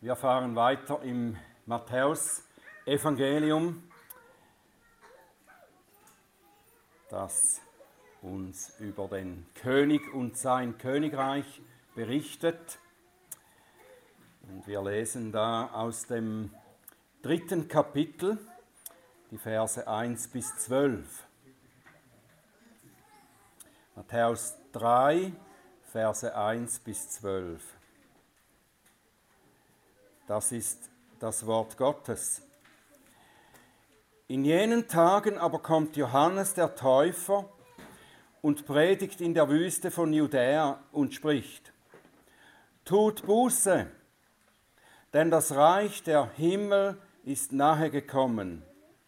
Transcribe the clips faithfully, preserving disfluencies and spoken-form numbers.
Wir fahren weiter im Matthäus-Evangelium, das uns über den König und sein Königreich berichtet. Und wir lesen da aus dem dritten Kapitel, die Verse eins bis zwölf. Matthäus drei, Verse eins bis zwölf. Das ist das Wort Gottes. In jenen Tagen aber kommt Johannes der Täufer und predigt in der Wüste von Judäa und spricht: Tut Buße, denn das Reich der Himmel ist nahe gekommen.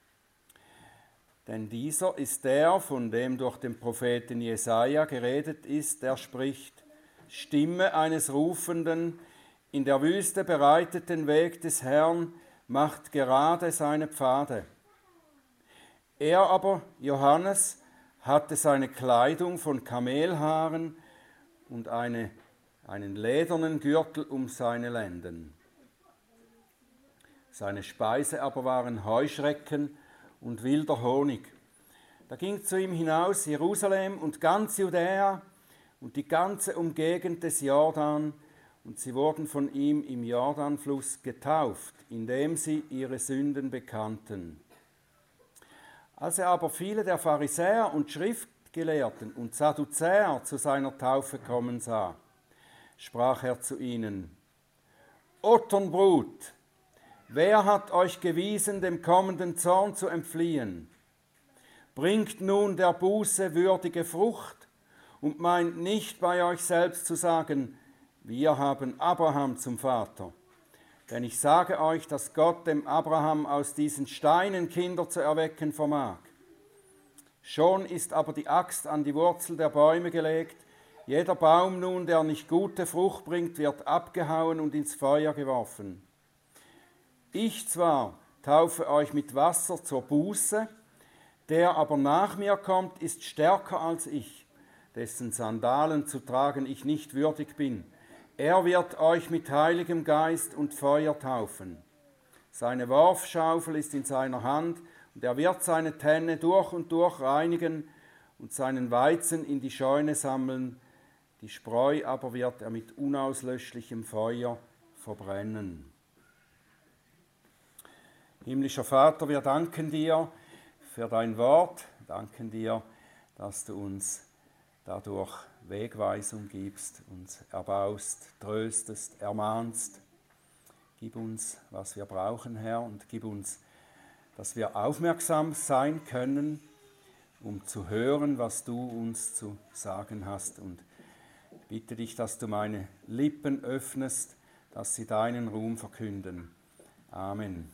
Denn dieser ist der, von dem durch den Propheten Jesaja geredet ist, der spricht: Stimme eines Rufenden, in der Wüste bereitet den Weg des Herrn, macht gerade seine Pfade. Er aber, Johannes, hatte seine Kleidung von Kamelhaaren und eine, einen ledernen Gürtel um seine Lenden. Seine Speise aber waren Heuschrecken und wilder Honig. Da ging zu ihm hinaus Jerusalem und ganz Judäa und die ganze Umgegend des Jordan, und sie wurden von ihm im Jordanfluss getauft, indem sie ihre Sünden bekannten. Als er aber viele der Pharisäer und Schriftgelehrten und Sadduzäer zu seiner Taufe kommen sah, sprach er zu ihnen: Otternbrut, wer hat euch gewiesen, dem kommenden Zorn zu entfliehen? Bringt nun der Buße würdige Frucht und meint nicht bei euch selbst zu sagen: Wir haben Abraham zum Vater. Denn ich sage euch, dass Gott dem Abraham aus diesen Steinen Kinder zu erwecken vermag. Schon ist aber die Axt an die Wurzel der Bäume gelegt. Jeder Baum nun, der nicht gute Frucht bringt, wird abgehauen und ins Feuer geworfen. Ich zwar taufe euch mit Wasser zur Buße, der aber nach mir kommt, ist stärker als ich, dessen Sandalen zu tragen ich nicht würdig bin. Er wird euch mit Heiligem Geist und Feuer taufen. Seine Worfschaufel ist in seiner Hand, und er wird seine Tenne durch und durch reinigen und seinen Weizen in die Scheune sammeln. Die Spreu aber wird er mit unauslöschlichem Feuer verbrennen. Himmlischer Vater, wir danken dir für dein Wort, danken dir, dass du uns dadurch Wegweisung gibst, uns erbaust, tröstest, ermahnst. Gib uns, was wir brauchen, Herr, und gib uns, dass wir aufmerksam sein können, um zu hören, was du uns zu sagen hast. Und ich bitte dich, dass du meine Lippen öffnest, dass sie deinen Ruhm verkünden. Amen.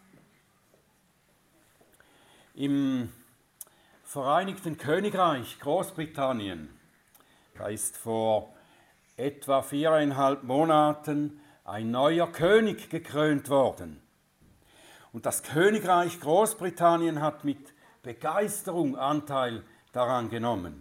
Im Vereinigten Königreich Großbritannien, da ist vor etwa viereinhalb Monaten ein neuer König gekrönt worden. Und das Königreich Großbritannien hat mit Begeisterung Anteil daran genommen.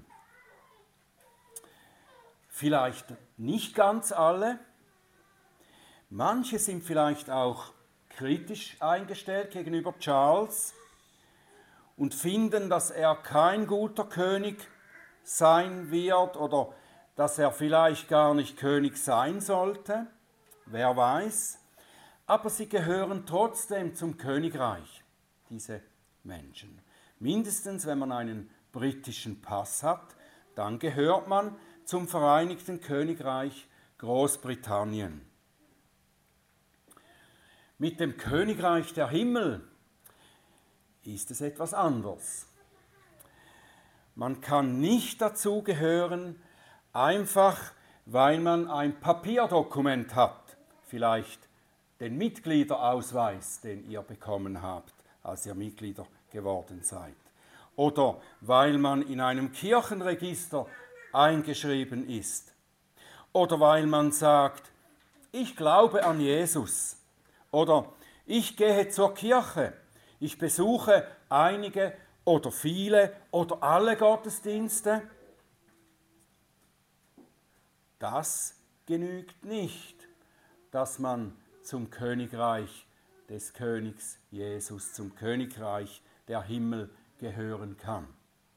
Vielleicht nicht ganz alle. Manche sind vielleicht auch kritisch eingestellt gegenüber Charles und finden, dass er kein guter König sein wird oder dass er vielleicht gar nicht König sein sollte, wer weiß. Aber sie gehören trotzdem zum Königreich, diese Menschen. Mindestens, wenn man einen britischen Pass hat, dann gehört man zum Vereinigten Königreich Großbritannien. Mit dem Königreich der Himmel ist es etwas anders. Man kann nicht dazugehören, einfach weil man ein Papierdokument hat, vielleicht den Mitgliederausweis, den ihr bekommen habt, als ihr Mitglieder geworden seid, oder weil man in einem Kirchenregister eingeschrieben ist, oder weil man sagt: Ich glaube an Jesus, oder ich gehe zur Kirche, ich besuche einige oder viele oder alle Gottesdienste. Das genügt nicht, dass man zum Königreich des Königs Jesus, zum Königreich der Himmel gehören kann.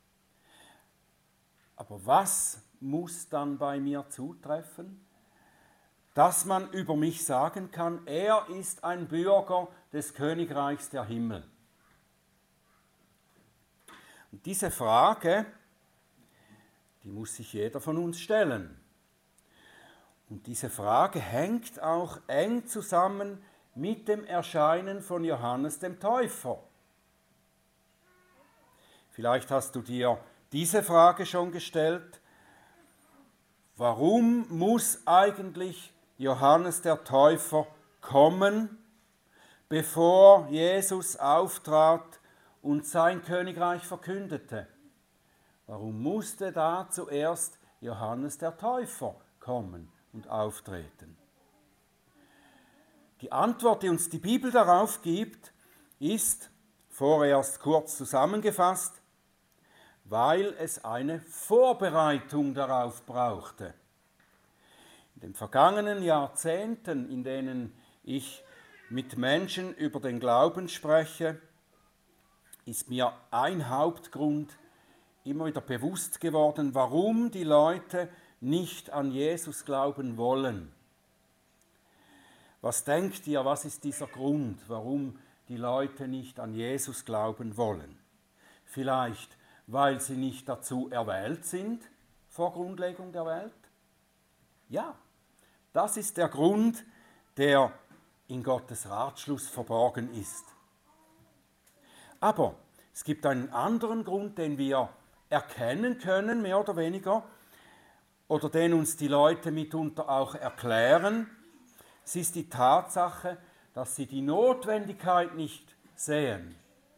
Aber was muss dann bei mir zutreffen? Dass man über mich sagen kann, er ist ein Bürger des Königreichs der Himmel. Und diese Frage, die muss sich jeder von uns stellen. Und diese Frage hängt auch eng zusammen mit dem Erscheinen von Johannes dem Täufer. Vielleicht hast du dir diese Frage schon gestellt. Warum muss eigentlich Johannes der Täufer kommen, bevor Jesus auftrat und sein Königreich verkündete? Warum musste da zuerst Johannes der Täufer kommen und auftreten? Die Antwort, die uns die Bibel darauf gibt, ist vorerst kurz zusammengefasst, weil es eine Vorbereitung darauf brauchte. In den vergangenen Jahrzehnten, in denen ich mit Menschen über den Glauben spreche, ist mir ein Hauptgrund immer wieder bewusst geworden, warum die Leute nicht an Jesus glauben wollen. Was denkt ihr, was ist dieser Grund, warum die Leute nicht an Jesus glauben wollen? Vielleicht, weil sie nicht dazu erwählt sind vor Grundlegung der Welt? Ja, das ist der Grund, der in Gottes Ratschluss verborgen ist. Aber es gibt einen anderen Grund, den wir erkennen können, mehr oder weniger, oder den uns die Leute mitunter auch erklären. Es ist die Tatsache, dass sie die Notwendigkeit nicht sehen.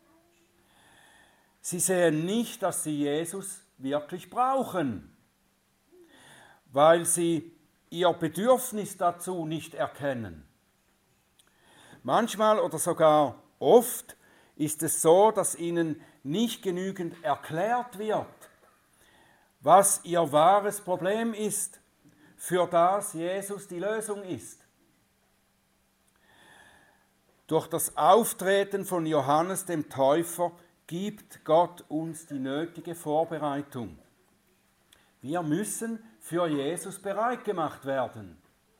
Sie sehen nicht, dass sie Jesus wirklich brauchen, weil sie ihr Bedürfnis dazu nicht erkennen. Manchmal oder sogar oft ist es so, dass ihnen nicht genügend erklärt wird, was ihr wahres Problem ist, für das Jesus die Lösung ist. Durch das Auftreten von Johannes dem Täufer gibt Gott uns die nötige Vorbereitung. Wir müssen für Jesus bereit gemacht werden.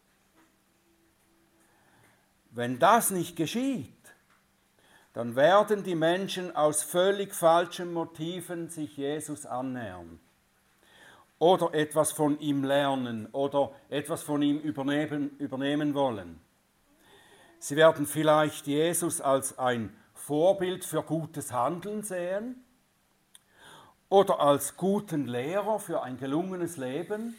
Wenn das nicht geschieht, dann werden die Menschen aus völlig falschen Motiven sich Jesus annähern oder etwas von ihm lernen oder etwas von ihm übernehmen, übernehmen wollen. Sie werden vielleicht Jesus als ein Vorbild für gutes Handeln sehen oder als guten Lehrer für ein gelungenes Leben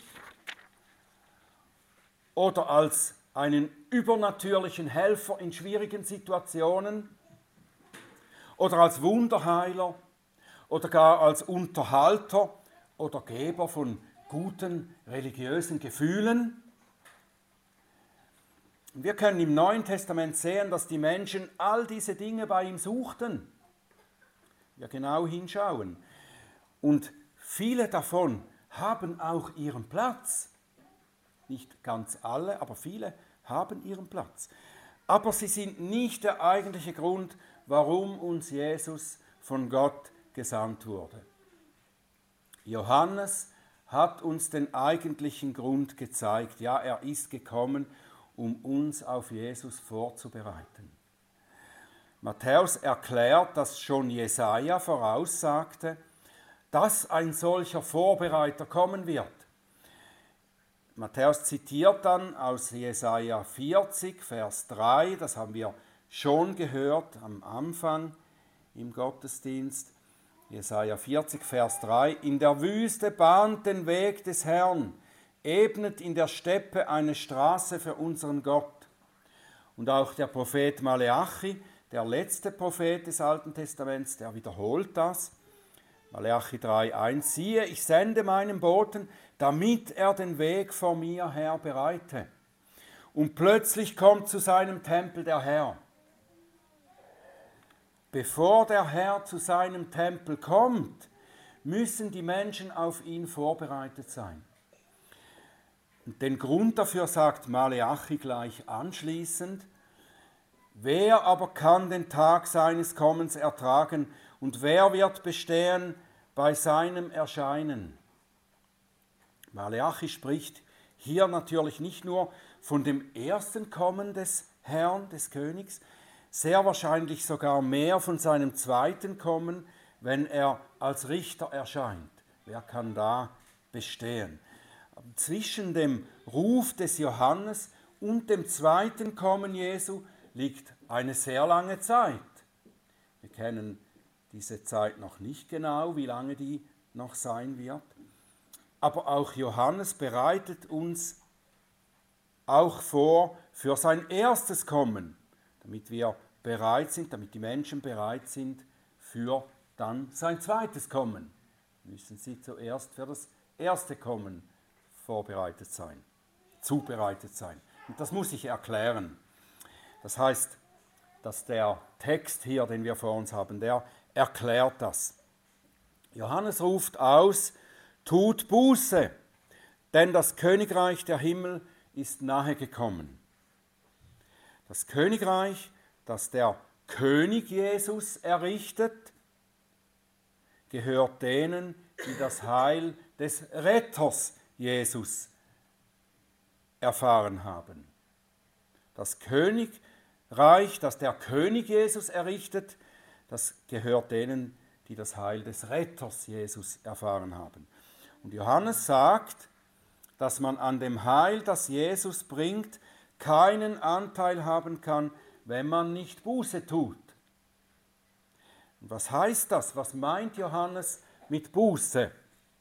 oder als einen übernatürlichen Helfer in schwierigen Situationen oder als Wunderheiler oder gar als Unterhalter oder Geber von guten religiösen Gefühlen. Wir können im Neuen Testament sehen, dass die Menschen all diese Dinge bei ihm suchten. Wir genau hinschauen. Und viele davon haben auch ihren Platz. Nicht ganz alle, aber viele haben ihren Platz. Aber sie sind nicht der eigentliche Grund, warum uns Jesus von Gott gesandt wurde. Johannes hat uns den eigentlichen Grund gezeigt. Ja, er ist gekommen, um uns auf Jesus vorzubereiten. Matthäus erklärt, dass schon Jesaja voraussagte, dass ein solcher Vorbereiter kommen wird. Matthäus zitiert dann aus Jesaja vierzig, Vers drei, das haben wir schon gehört am Anfang im Gottesdienst. Jesaja vierzig, Vers drei: In der Wüste bahnt den Weg des Herrn, ebnet in der Steppe eine Straße für unseren Gott. Und auch der Prophet Maleachi, der letzte Prophet des Alten Testaments, der wiederholt das. Maleachi drei, eins: Siehe, ich sende meinen Boten, damit er den Weg vor mir her bereite. Und plötzlich kommt zu seinem Tempel der Herr. Bevor der Herr zu seinem Tempel kommt, müssen die Menschen auf ihn vorbereitet sein. Und den Grund dafür sagt Maleachi gleich anschließend: Wer aber kann den Tag seines Kommens ertragen und wer wird bestehen bei seinem Erscheinen? Maleachi spricht hier natürlich nicht nur von dem ersten Kommen des Herrn, des Königs, sehr wahrscheinlich sogar mehr von seinem zweiten Kommen, wenn er als Richter erscheint. Wer kann da bestehen? Zwischen dem Ruf des Johannes und dem zweiten Kommen Jesu liegt eine sehr lange Zeit. Wir kennen diese Zeit noch nicht genau, wie lange die noch sein wird. Aber auch Johannes bereitet uns auch vor für sein erstes Kommen, damit wir bereit sind, damit die Menschen bereit sind für dann sein zweites Kommen. Müssen sie zuerst für das erste Kommen vorbereitet sein, zubereitet sein. Und das muss ich erklären. Das heißt, dass der Text hier, den wir vor uns haben, der erklärt das. Johannes ruft aus, tut Buße, denn das Königreich der Himmel ist nahe gekommen. Das Königreich, das der König Jesus errichtet, gehört denen, die das Heil des Retters Jesus erfahren haben. Das Königreich, das der König Jesus errichtet, das gehört denen, die das Heil des Retters Jesus erfahren haben. Und Johannes sagt, dass man an dem Heil, das Jesus bringt, keinen Anteil haben kann, wenn man nicht Buße tut. Und was heißt das? Was meint Johannes mit Buße?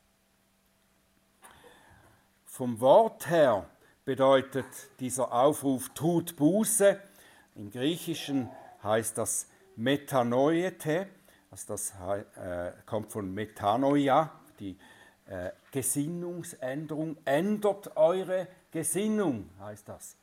Vom Wort her bedeutet dieser Aufruf tut Buße. Im Griechischen heißt das Metanoete, also das äh, kommt von Metanoia, die äh, Gesinnungsänderung. Ändert eure Gesinnung, heißt das.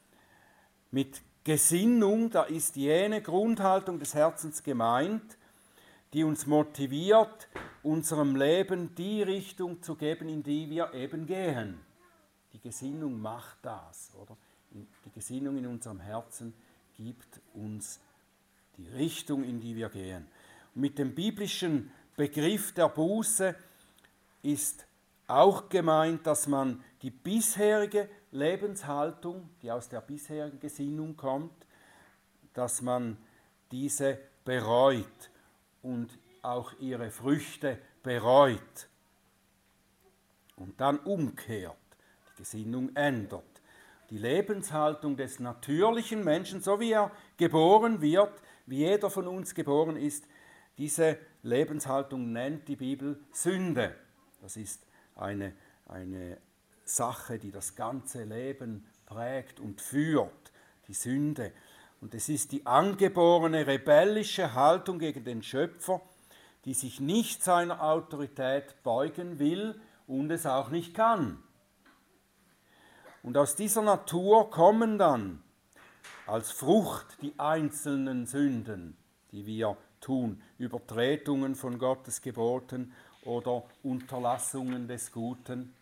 Mit Gesinnung, da ist jene Grundhaltung des Herzens gemeint, die uns motiviert, unserem Leben die Richtung zu geben, in die wir eben gehen. Die Gesinnung macht das, oder? Die Gesinnung in unserem Herzen gibt uns die Richtung, in die wir gehen. Und mit dem biblischen Begriff der Buße ist auch gemeint, dass man die bisherige Lebenshaltung, die aus der bisherigen Gesinnung kommt, dass man diese bereut und auch ihre Früchte bereut und dann umkehrt, die Gesinnung ändert. Die Lebenshaltung des natürlichen Menschen, so wie er geboren wird, wie jeder von uns geboren ist, diese Lebenshaltung nennt die Bibel Sünde. Das ist eine, eine Sache, die das ganze Leben prägt und führt, die Sünde. Und es ist die angeborene rebellische Haltung gegen den Schöpfer, die sich nicht seiner Autorität beugen will und es auch nicht kann. Und aus dieser Natur kommen dann als Frucht die einzelnen Sünden, die wir tun, Übertretungen von Gottes Geboten oder Unterlassungen des Guten.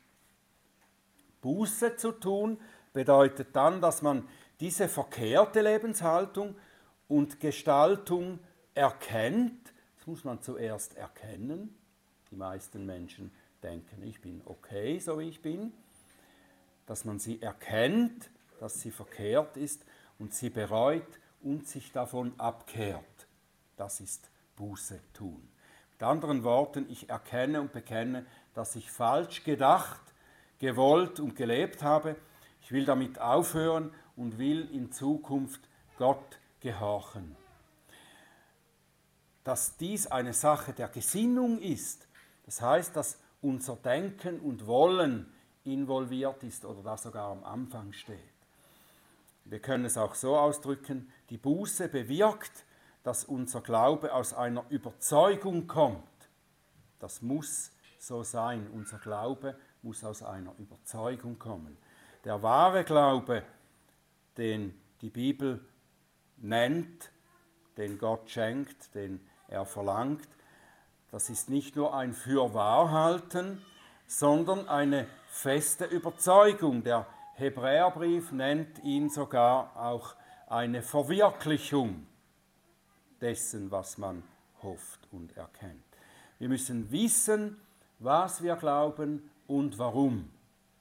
Buße zu tun bedeutet dann, dass man diese verkehrte Lebenshaltung und Gestaltung erkennt. Das muss man zuerst erkennen. Die meisten Menschen denken, ich bin okay, so wie ich bin. Dass man sie erkennt, dass sie verkehrt ist und sie bereut und sich davon abkehrt. Das ist Buße tun. Mit anderen Worten, ich erkenne und bekenne, dass ich falsch gedacht, gewollt und gelebt habe. Ich will damit aufhören und will in Zukunft Gott gehorchen. Dass dies eine Sache der Gesinnung ist, das heißt, dass unser Denken und Wollen involviert ist oder da sogar am Anfang steht. Wir können es auch so ausdrücken, die Buße bewirkt, dass unser Glaube aus einer Überzeugung kommt. Das muss so sein. Unser Glaube muss aus einer Überzeugung kommen. Der wahre Glaube, den die Bibel nennt, den Gott schenkt, den er verlangt, das ist nicht nur ein Fürwahrhalten, sondern eine feste Überzeugung. Der Hebräerbrief nennt ihn sogar auch eine Verwirklichung dessen, was man hofft und erkennt. Wir müssen wissen, was wir glauben und warum.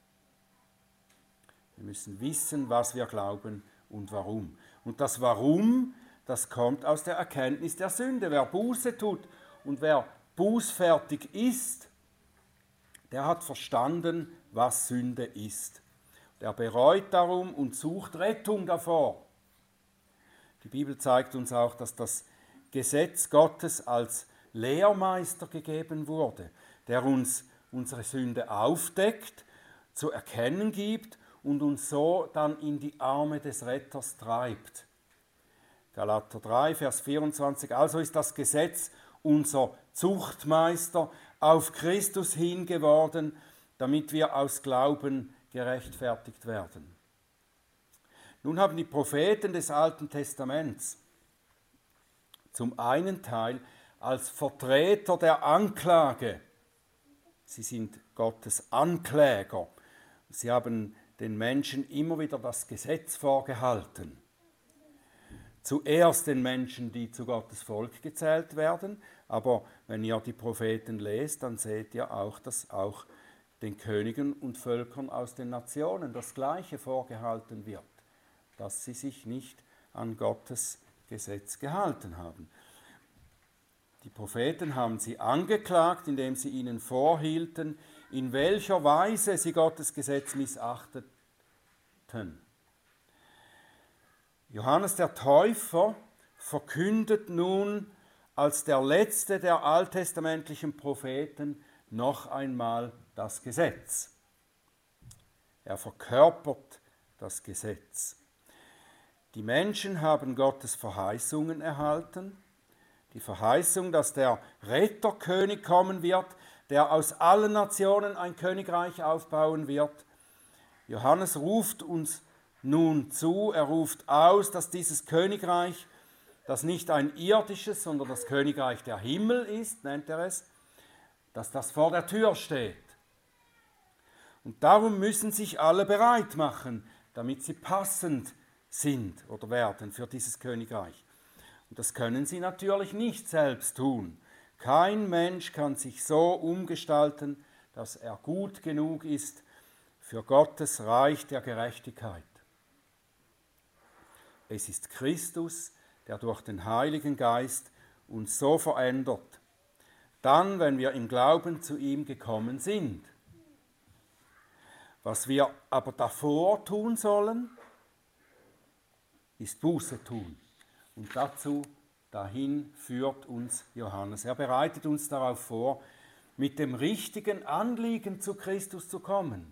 Wir müssen wissen, was wir glauben und warum. Und das Warum, das kommt aus der Erkenntnis der Sünde. Wer Buße tut und wer bußfertig ist, der hat verstanden, was Sünde ist. Der bereut darum und sucht Rettung davor. Die Bibel zeigt uns auch, dass das Gesetz Gottes als Lehrmeister gegeben wurde, der uns unsere Sünde aufdeckt, zu erkennen gibt und uns so dann in die Arme des Retters treibt. Galater drei, Vers vierundzwanzig. Also ist das Gesetz unser Zuchtmeister auf Christus hin geworden, damit wir aus Glauben gerechtfertigt werden. Nun haben die Propheten des Alten Testaments zum einen Teil als Vertreter der Anklage, sie sind Gottes Ankläger, sie haben den Menschen immer wieder das Gesetz vorgehalten. Zuerst den Menschen, die zu Gottes Volk gezählt werden, aber wenn ihr die Propheten lest, dann seht ihr auch, dass auch den Königen und Völkern aus den Nationen das Gleiche vorgehalten wird, dass sie sich nicht an Gottes Gesetz gehalten haben. Die Propheten haben sie angeklagt, indem sie ihnen vorhielten, in welcher Weise sie Gottes Gesetz missachteten. Johannes der Täufer verkündet nun als der letzte der alttestamentlichen Propheten noch einmal das Gesetz. Er verkörpert das Gesetz. Die Menschen haben Gottes Verheißungen erhalten. Die Verheißung, dass der Retterkönig kommen wird, der aus allen Nationen ein Königreich aufbauen wird. Johannes ruft uns nun zu, er ruft aus, dass dieses Königreich, das nicht ein irdisches, sondern das Königreich der Himmel ist, nennt er es, dass das vor der Tür steht. Und darum müssen sich alle bereit machen, damit sie passend sind oder werden für dieses Königreich. Und das können sie natürlich nicht selbst tun. Kein Mensch kann sich so umgestalten, dass er gut genug ist für Gottes Reich der Gerechtigkeit. Es ist Christus, der durch den Heiligen Geist uns so verändert. Dann, wenn wir im Glauben zu ihm gekommen sind. Was wir aber davor tun sollen, ist Buße tun. Und dazu, dahin führt uns Johannes. Er bereitet uns darauf vor, mit dem richtigen Anliegen zu Christus zu kommen.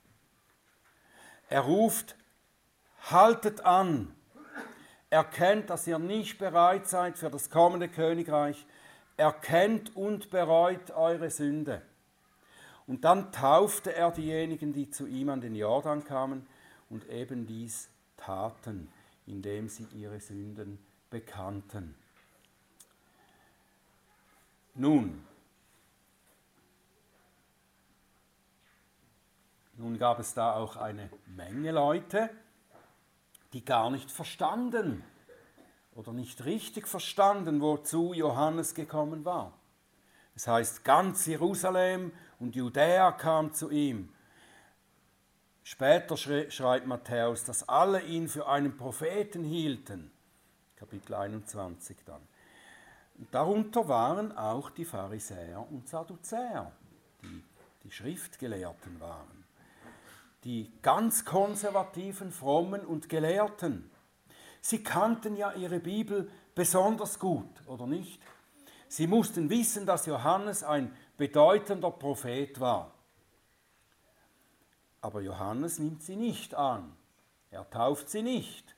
Er ruft, haltet an, erkennt, dass ihr nicht bereit seid für das kommende Königreich, erkennt und bereut eure Sünde. Und dann taufte er diejenigen, die zu ihm an den Jordan kamen und eben dies taten, indem sie ihre Sünden bekannten. Nun, nun gab es da auch eine Menge Leute, die gar nicht verstanden oder nicht richtig verstanden, wozu Johannes gekommen war. Es heißt, ganz Jerusalem und Judäa kam zu ihm. Später schreibt Matthäus, dass alle ihn für einen Propheten hielten. Kapitel einundzwanzig dann. Und darunter waren auch die Pharisäer und Sadduzäer, die die Schriftgelehrten waren. Die ganz konservativen, frommen und Gelehrten. Sie kannten ja ihre Bibel besonders gut, oder nicht? Sie mussten wissen, dass Johannes ein bedeutender Prophet war. Aber Johannes nimmt sie nicht an. Er tauft sie nicht.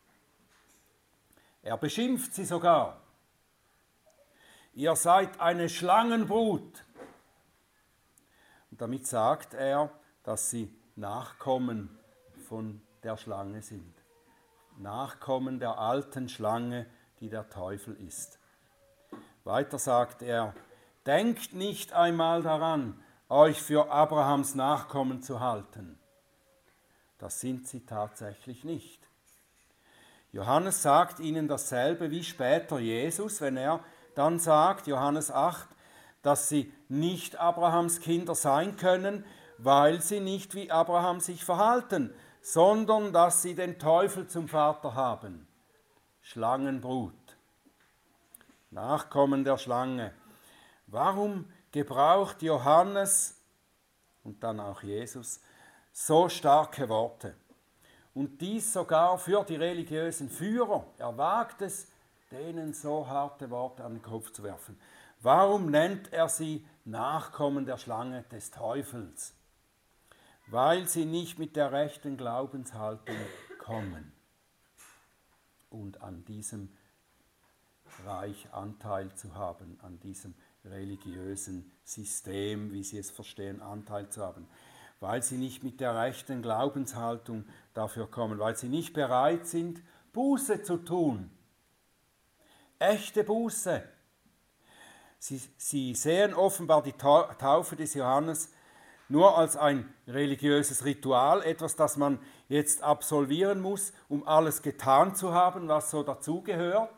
Er beschimpft sie sogar. Ihr seid eine Schlangenbrut. Und damit sagt er, dass sie Nachkommen von der Schlange sind. Nachkommen der alten Schlange, die der Teufel ist. Weiter sagt er, denkt nicht einmal daran, euch für Abrahams Nachkommen zu halten. Das sind sie tatsächlich nicht. Johannes sagt ihnen dasselbe wie später Jesus, wenn er dann sagt, Johannes acht, dass sie nicht Abrahams Kinder sein können, weil sie nicht wie Abraham sich verhalten, sondern dass sie den Teufel zum Vater haben. Schlangenbrut, Nachkommen der Schlange. Warum gebraucht Johannes und dann auch Jesus so starke Worte? Und dies sogar für die religiösen Führer. Er wagt es, denen so harte Worte an den Kopf zu werfen. Warum nennt er sie Nachkommen der Schlange des Teufels? Weil sie nicht mit der rechten Glaubenshaltung kommen und an diesem Reich Anteil zu haben, an diesem religiösen System, wie sie es verstehen, Anteil zu haben. Weil sie nicht mit der rechten Glaubenshaltung dafür kommen, weil sie nicht bereit sind, Buße zu tun. Echte Buße. Sie, sie sehen offenbar die Taufe des Johannes nur als ein religiöses Ritual, etwas, das man jetzt absolvieren muss, um alles getan zu haben, was so dazugehört.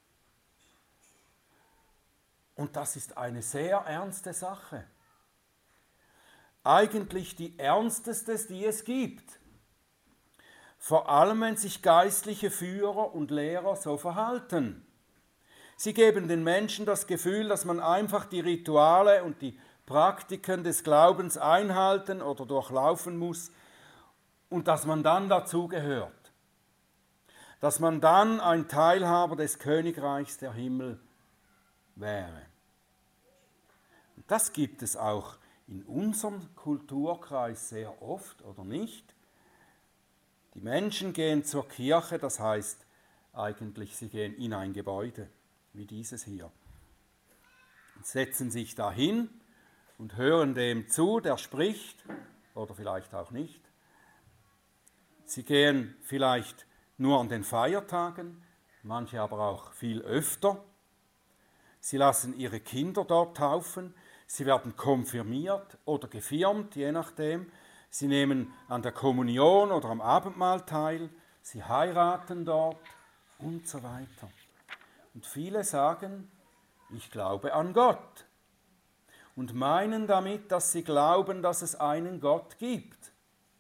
Und das ist eine sehr ernste Sache. Eigentlich die ernsteste, die es gibt. Vor allem, wenn sich geistliche Führer und Lehrer so verhalten. Sie geben den Menschen das Gefühl, dass man einfach die Rituale und die Praktiken des Glaubens einhalten oder durchlaufen muss und dass man dann dazugehört. Dass man dann ein Teilhaber des Königreichs der Himmel wäre. Und das gibt es auch in unserem Kulturkreis sehr oft, oder nicht? Die Menschen gehen zur Kirche, das heißt eigentlich, sie gehen in ein Gebäude, wie dieses hier, und setzen sich dahin und hören dem zu, der spricht, oder vielleicht auch nicht. Sie gehen vielleicht nur an den Feiertagen, manche aber auch viel öfter. Sie lassen ihre Kinder dort taufen, sie werden konfirmiert oder gefirmt, je nachdem. Sie nehmen an der Kommunion oder am Abendmahl teil, sie heiraten dort und so weiter. Und viele sagen, ich glaube an Gott und meinen damit, dass sie glauben, dass es einen Gott gibt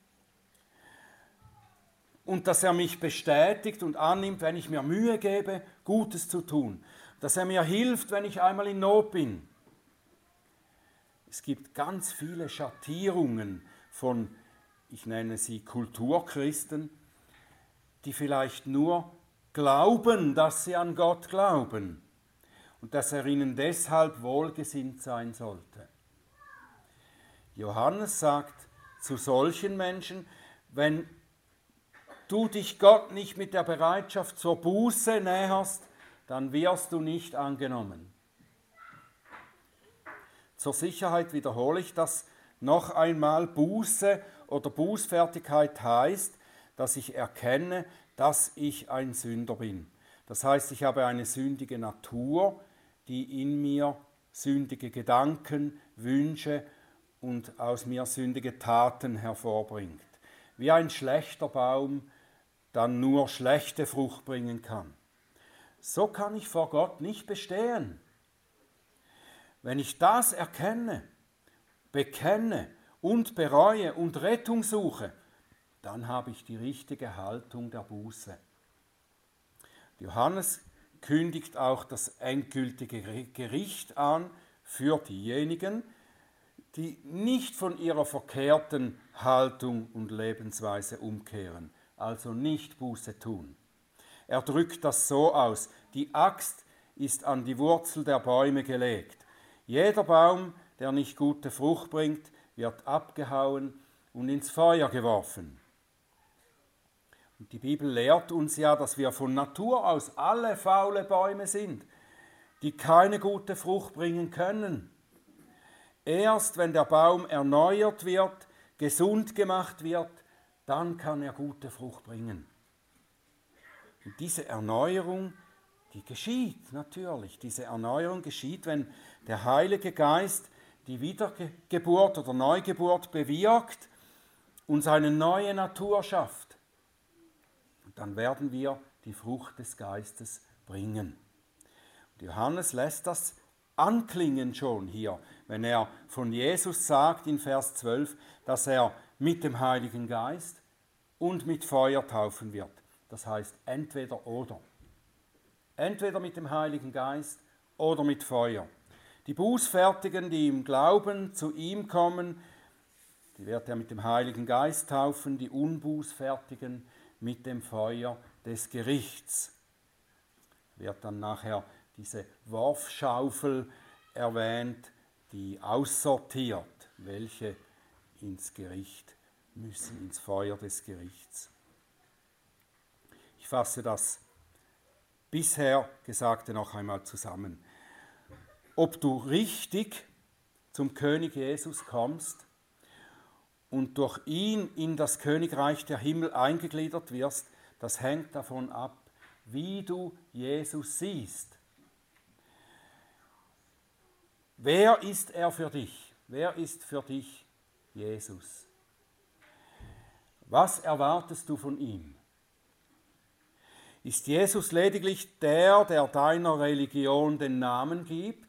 und dass er mich bestätigt und annimmt, wenn ich mir Mühe gebe, Gutes zu tun, dass er mir hilft, wenn ich einmal in Not bin. Es gibt ganz viele Schattierungen von, ich nenne sie Kulturchristen, die vielleicht nur glauben, dass sie an Gott glauben und dass er ihnen deshalb wohlgesinnt sein sollte. Johannes sagt zu solchen Menschen, wenn du dich Gott nicht mit der Bereitschaft zur Buße näherst, dann wirst du nicht angenommen. Zur Sicherheit wiederhole ich das noch einmal. Buße oder Bußfertigkeit heißt, dass ich erkenne, dass ich ein Sünder bin. Das heißt, ich habe eine sündige Natur, die in mir sündige Gedanken, Wünsche und aus mir sündige Taten hervorbringt. Wie ein schlechter Baum dann nur schlechte Frucht bringen kann. So kann ich vor Gott nicht bestehen. Wenn ich das erkenne, bekenne und bereue und Rettung suche, dann habe ich die richtige Haltung der Buße. Johannes kündigt auch das endgültige Gericht an für diejenigen, die nicht von ihrer verkehrten Haltung und Lebensweise umkehren, also nicht Buße tun. Er drückt das so aus: Die Axt ist an die Wurzel der Bäume gelegt. Jeder Baum, der nicht gute Frucht bringt, wird abgehauen und ins Feuer geworfen. Und die Bibel lehrt uns ja, dass wir von Natur aus alle faule Bäume sind, die keine gute Frucht bringen können. Erst wenn der Baum erneuert wird, gesund gemacht wird, dann kann er gute Frucht bringen. Und diese Erneuerung, die geschieht natürlich. Diese Erneuerung geschieht, wenn der Heilige Geist die Wiedergeburt oder Neugeburt bewirkt und seine neue Natur schafft. Und dann werden wir die Frucht des Geistes bringen. Und Johannes lässt das anklingen schon hier, wenn er von Jesus sagt in Vers zwölf, dass er mit dem Heiligen Geist und mit Feuer taufen wird. Das heißt entweder oder. Entweder mit dem Heiligen Geist oder mit Feuer. Die Bußfertigen, die im Glauben zu ihm kommen, die wird er mit dem Heiligen Geist taufen, die Unbußfertigen mit dem Feuer des Gerichts. Wird dann nachher diese Worfschaufel erwähnt, die aussortiert, welche ins Gericht müssen, ins Feuer des Gerichts. Ich fasse das bisher Gesagte noch einmal zusammen. Ob du richtig zum König Jesus kommst und durch ihn in das Königreich der Himmel eingegliedert wirst, das hängt davon ab, wie du Jesus siehst. Wer ist er für dich? Wer ist für dich Jesus? Was erwartest du von ihm? Ist Jesus lediglich der, der deiner Religion den Namen gibt?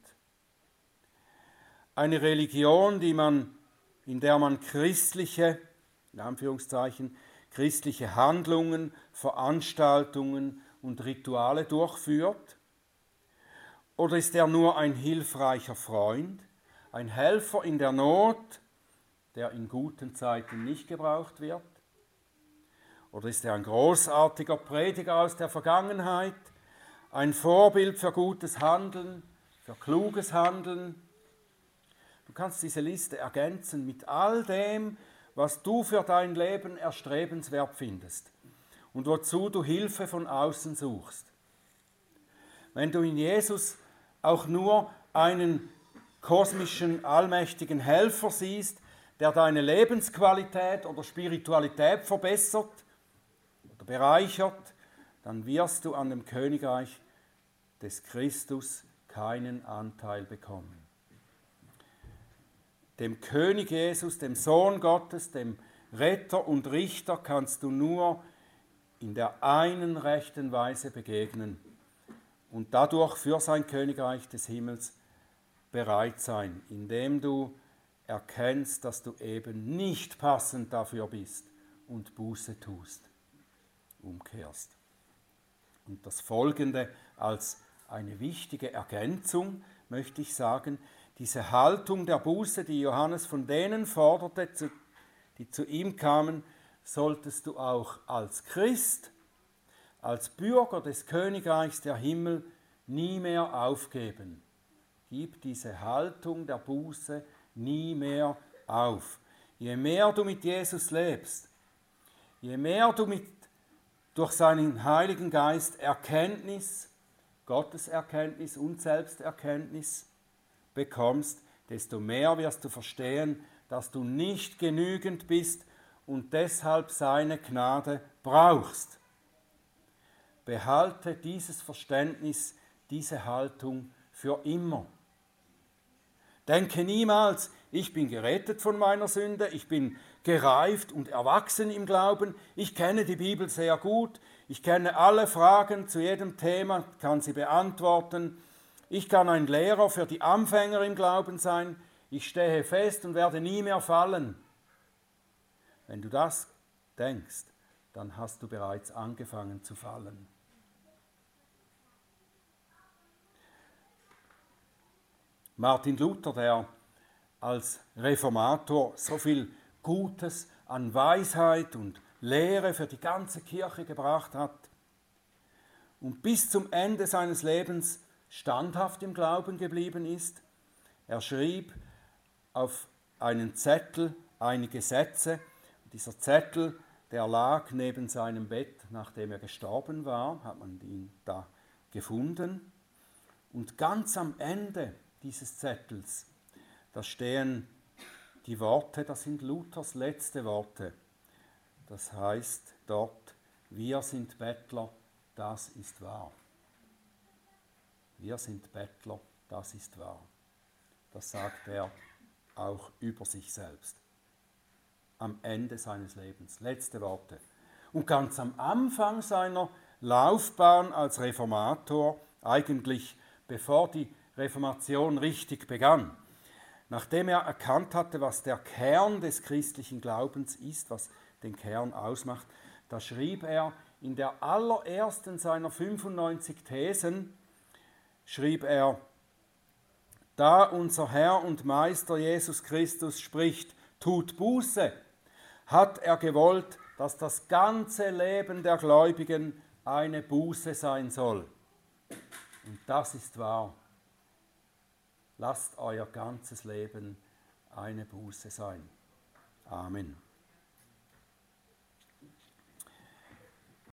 Eine Religion, die man, in der man christliche, in Anführungszeichen, christliche Handlungen, Veranstaltungen und Rituale durchführt? Oder ist er nur ein hilfreicher Freund, ein Helfer in der Not, der in guten Zeiten nicht gebraucht wird? Oder ist er ein großartiger Prediger aus der Vergangenheit, ein Vorbild für gutes Handeln, für kluges Handeln? Du kannst diese Liste ergänzen mit all dem, was du für dein Leben erstrebenswert findest und wozu du Hilfe von außen suchst. Wenn du in Jesus auch nur einen kosmischen, allmächtigen Helfer siehst, der deine Lebensqualität oder Spiritualität verbessert oder bereichert, dann wirst du an dem Königreich des Christus keinen Anteil bekommen. Dem König Jesus, dem Sohn Gottes, dem Retter und Richter kannst du nur in der einen rechten Weise begegnen und dadurch für sein Königreich des Himmels bereit sein, indem du erkennst, dass du eben nicht passend dafür bist und Buße tust, umkehrst. Und das Folgende als eine wichtige Ergänzung möchte ich sagen: Diese Haltung der Buße, die Johannes von denen forderte, die zu ihm kamen, solltest du auch als Christ, als Bürger des Königreichs der Himmel nie mehr aufgeben. Gib diese Haltung der Buße nie mehr auf. Je mehr du mit Jesus lebst, je mehr du mit, durch seinen Heiligen Geist Erkenntnis, Gotteserkenntnis und Selbsterkenntnis bekommst, desto mehr wirst du verstehen, dass du nicht genügend bist und deshalb seine Gnade brauchst. Behalte dieses Verständnis, diese Haltung für immer. Denke niemals, ich bin gerettet von meiner Sünde, ich bin gereift und erwachsen im Glauben, ich kenne die Bibel sehr gut, ich kenne alle Fragen zu jedem Thema, kann sie beantworten, ich kann ein Lehrer für die Anfänger im Glauben sein, ich stehe fest und werde nie mehr fallen. Wenn du das denkst, dann hast du bereits angefangen zu fallen. Martin Luther, der als Reformator so viel Gutes an Weisheit und Lehre für die ganze Kirche gebracht hat und bis zum Ende seines Lebens standhaft im Glauben geblieben ist. Er schrieb auf einen Zettel einige Sätze. Dieser Zettel, der lag neben seinem Bett, nachdem er gestorben war, hat man ihn da gefunden. Und ganz am Ende dieses Zettels, da stehen die Worte, das sind Luthers letzte Worte. Das heißt dort: Wir sind Bettler, das ist wahr. Wir sind Bettler, das ist wahr. Das sagt er auch über sich selbst. Am Ende seines Lebens, letzte Worte. Und ganz am Anfang seiner Laufbahn als Reformator, eigentlich bevor die Reformation richtig begann. Nachdem er erkannt hatte, was der Kern des christlichen Glaubens ist, was den Kern ausmacht, da schrieb er in der allerersten seiner fünfundneunzig Thesen, schrieb er, da unser Herr und Meister Jesus Christus spricht, tut Buße, hat er gewollt, dass das ganze Leben der Gläubigen eine Buße sein soll. Und das ist wahr. Lasst euer ganzes Leben eine Buße sein. Amen.